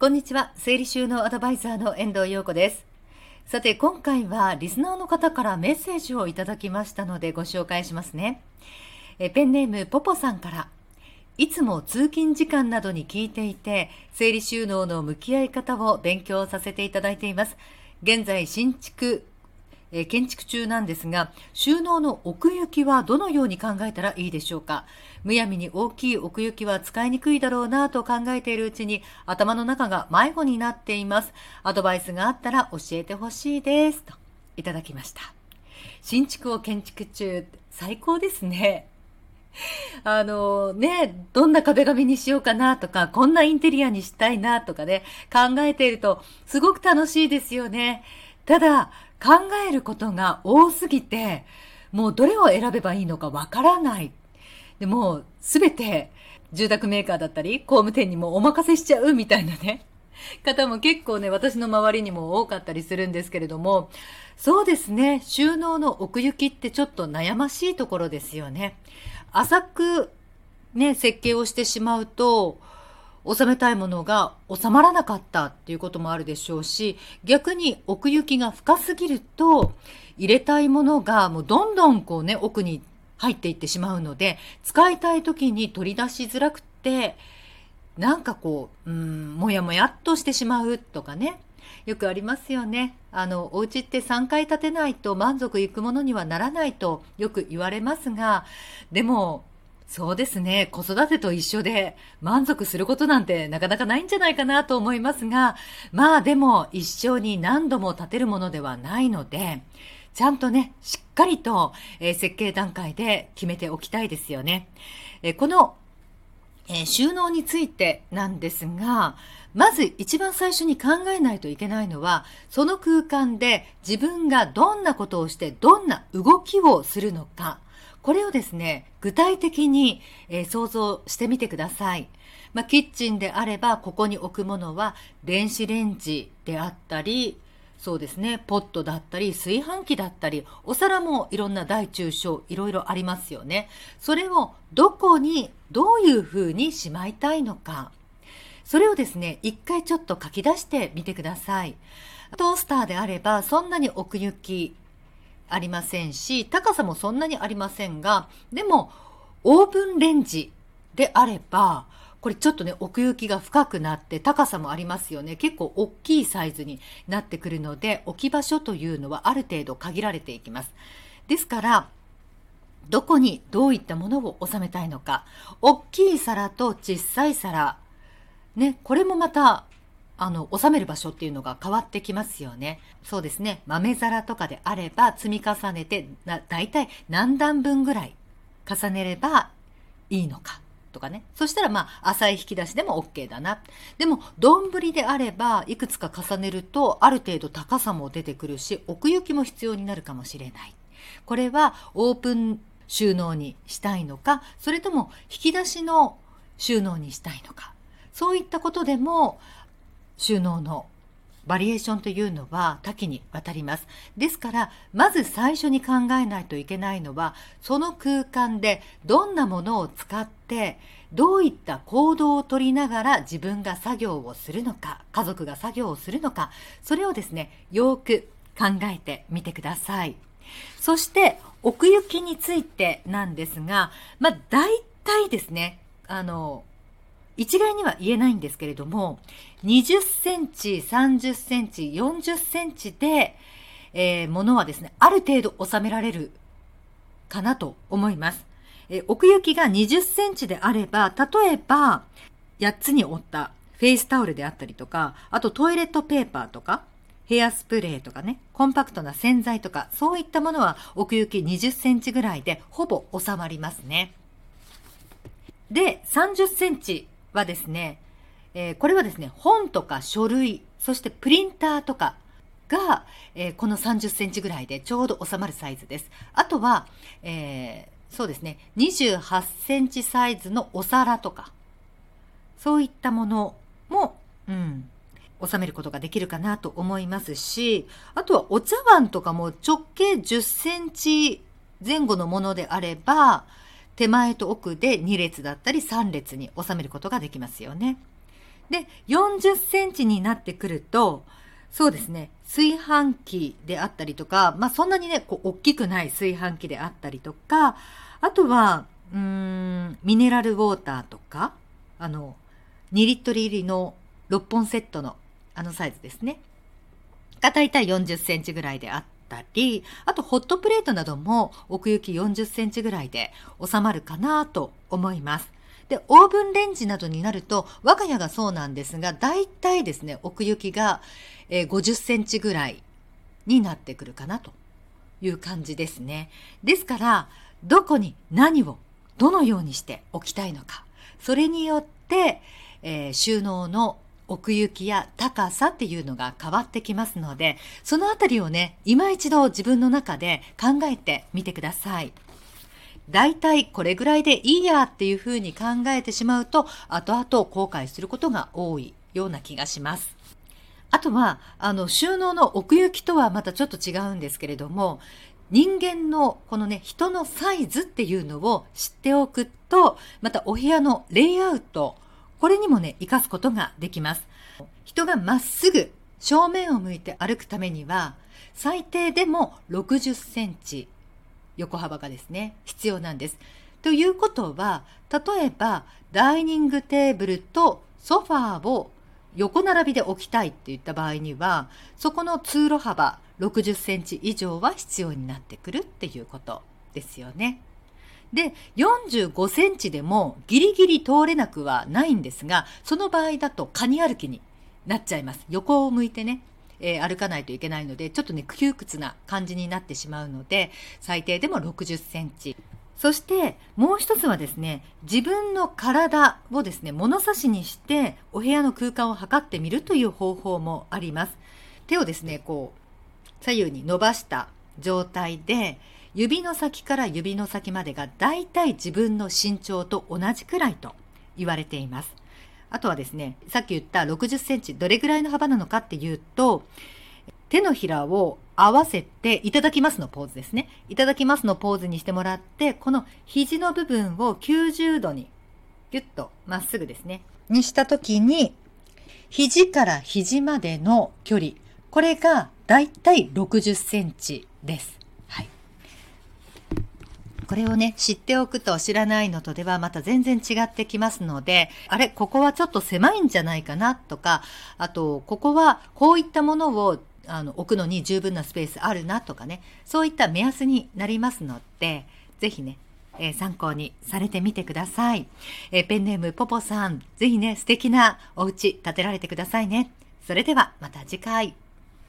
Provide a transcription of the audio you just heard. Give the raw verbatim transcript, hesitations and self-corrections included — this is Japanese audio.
こんにちは。整理収納アドバイザーの遠藤陽子です。さて、今回はリスナーの方からメッセージをいただきましたのでご紹介しますね。えペンネームポポさんから、いつも通勤時間などに聞いていて、整理収納の向き合い方を勉強させていただいています。現在新築えー、建築中なんですが、収納の奥行きはどのように考えたらいいでしょうか。むやみに大きい奥行きは使いにくいだろうなと考えているうちに頭の中が迷子になっています。アドバイスがあったら教えてほしいですといただきました。新築を建築中、最高ですね。あのね、どんな壁紙にしようかなとか、こんなインテリアにしたいなとかね、考えているとすごく楽しいですよね。ただ、考えることが多すぎて、もうどれを選べばいいのかわからない。でもうすべて住宅メーカーだったり、工務店にもお任せしちゃうみたいなね、方も結構ね、私の周りにも多かったりするんですけれども、そうですね、収納の奥行きってちょっと悩ましいところですよね。浅くね、設計をしてしまうと、収めたいものが収まらなかったっていうこともあるでしょうし、逆に奥行きが深すぎると、入れたいものがもうどんどんこうね、奥に入っていってしまうので、使いたい時に取り出しづらくて、なんかこう、うーん、もやもやっとしてしまうとかね。よくありますよね。あの、お家ってさんかい建てないと満足いくものにはならないとよく言われますが、でも、そうですね。子育てと一緒で満足することなんてなかなかないんじゃないかなと思いますが、まあでも一生に何度も建てるものではないので、ちゃんとね、しっかりと、えー設計段階で決めておきたいですよね。えーこのえー収納についてなんですが、まず一番最初に考えないといけないのは、その空間で自分がどんなことをしてどんな動きをするのか、これをですね、具体的に、えー想像してみてください。まあ、キッチンであれば、ここに置くものは電子レンジであったり、そうですね、ポットだったり、炊飯器だったり、お皿もいろんな大中小、いろいろありますよね。それをどこに、どういうふうにしまいたいのか。それをですね、一回ちょっと書き出してみてください。トースターであれば、そんなに奥行きありませんし、高さもそんなにありませんが、でも、オーブンレンジであれば、これちょっとね、奥行きが深くなって高さもありますよね。結構大きいサイズになってくるので、置き場所というのはある程度限られていきます。ですから、どこにどういったものを収めたいのか。大きい皿と小さい皿。ね、これもまた、あの、収める場所っていうのが変わってきますよね。そうですね。豆皿とかであれば積み重ねて、な、だいたい何段分ぐらい重ねればいいのかとかね。そしたらまあ、浅い引き出しでも OK だな。でも、丼であれば、いくつか重ねると、ある程度高さも出てくるし、奥行きも必要になるかもしれない。これはオープン収納にしたいのか、それとも引き出しの収納にしたいのか。そういったことでも、収納のバリエーションというのは多岐にわたります。ですから、まず最初に考えないといけないのは、その空間でどんなものを使って、どういった行動をとりながら自分が作業をするのか、家族が作業をするのか、それをですね、よく考えてみてください。そして、奥行きについてなんですが、まあ、大体ですね、あの、一概には言えないんですけれども、にじゅっセンチ、さんじゅっセンチ、よんじゅっセンチで、えー、ものはですね、ある程度収められるかなと思います。えー奥行きがにじゅっセンチであれば、例えば、やっつに折ったフェイスタオルであったりとか、あとトイレットペーパーとか、ヘアスプレーとかね、コンパクトな洗剤とか、そういったものは奥行きにじゅっセンチぐらいでほぼ収まりますね。で、さんじゅっセンチはですね、えーこれはですね、本とか書類、そしてプリンターとかが、えーこのさんじゅっセンチぐらいでちょうど収まるサイズです。あとは、えーそうですね、にじゅうはちセンチサイズのお皿とか、そういったものも、うん、収めることができるかなと思いますし、あとはお茶碗とかも直径じゅっセンチ前後のものであれば、手前と奥でに列だったりさん列に収めることができますよね。 で、よんじゅっセンチになってくると、そうですね、炊飯器であったりとか、まあそんなにね、こう大きくない炊飯器であったりとか、あとは、うーん、ミネラルウォーターとか、あの、にリットル入りのろっぽんセットのあのサイズですね。がだいたいよんじゅっセンチぐらいであったり、あとホットプレートなども奥行きよんじゅっセンチぐらいで収まるかなと思います。で、オーブンレンジなどになると、我が家がそうなんですが、だいたいですね、奥行きがごじゅっセンチぐらいになってくるかなという感じですね。ですから、どこに何をどのようにして置きたいのか、それによって、えー、収納の奥行きや高さっていうのが変わってきますので、そのあたりをね、今一度自分の中で考えてみてください。だいたいこれぐらいでいいやっていうふうに考えてしまうと、後々後悔することが多いような気がします。あとは、あの、収納の奥行きとはまたちょっと違うんですけれども、人間のこのね、人のサイズっていうのを知っておくと、またお部屋のレイアウト、これにもね、活かすことができます。人がまっすぐ正面を向いて歩くためには、最低でもろくじゅっセンチ、横幅がですね、必要なんです。ということは、例えばダイニングテーブルとソファーを横並びで置きたいっていった場合には、そこの通路幅ろくじゅっセンチ以上は必要になってくるっていうことですよね。で、よんじゅうごセンチでもギリギリ通れなくはないんですが、その場合だとカニ歩きになっちゃいます。横を向いてね、えー、歩かないといけないので、ちょっとね、窮屈な感じになってしまうので、最低でもろくじゅっセンチ。そしてもう一つはですね、自分の体をですね、物差しにしてお部屋の空間を測ってみるという方法もあります。手をですね、こう左右に伸ばした状態で、指の先から指の先までがだいたい自分の身長と同じくらいと言われています。あとはですね、さっき言ったろくじゅっセンチ、どれぐらいの幅なのかっていうと、手のひらを合わせて、いただきますのポーズですね。いただきますのポーズにしてもらって、この肘の部分をきゅうじゅうどにギュッとまっすぐですね。にしたときに、肘から肘までの距離、これがだいたいろくじゅっセンチです。はい。これをね、知っておくと知らないのとではまた全然違ってきますので、あれ、ここはちょっと狭いんじゃないかなとか、あと、ここはこういったものをあの置くのに十分なスペースあるなとかね、そういった目安になりますので、ぜひね、えー、参考にされてみてください。えー、ペンネームポポさん、ぜひね、素敵なお家建てられてくださいね。それではまた次回。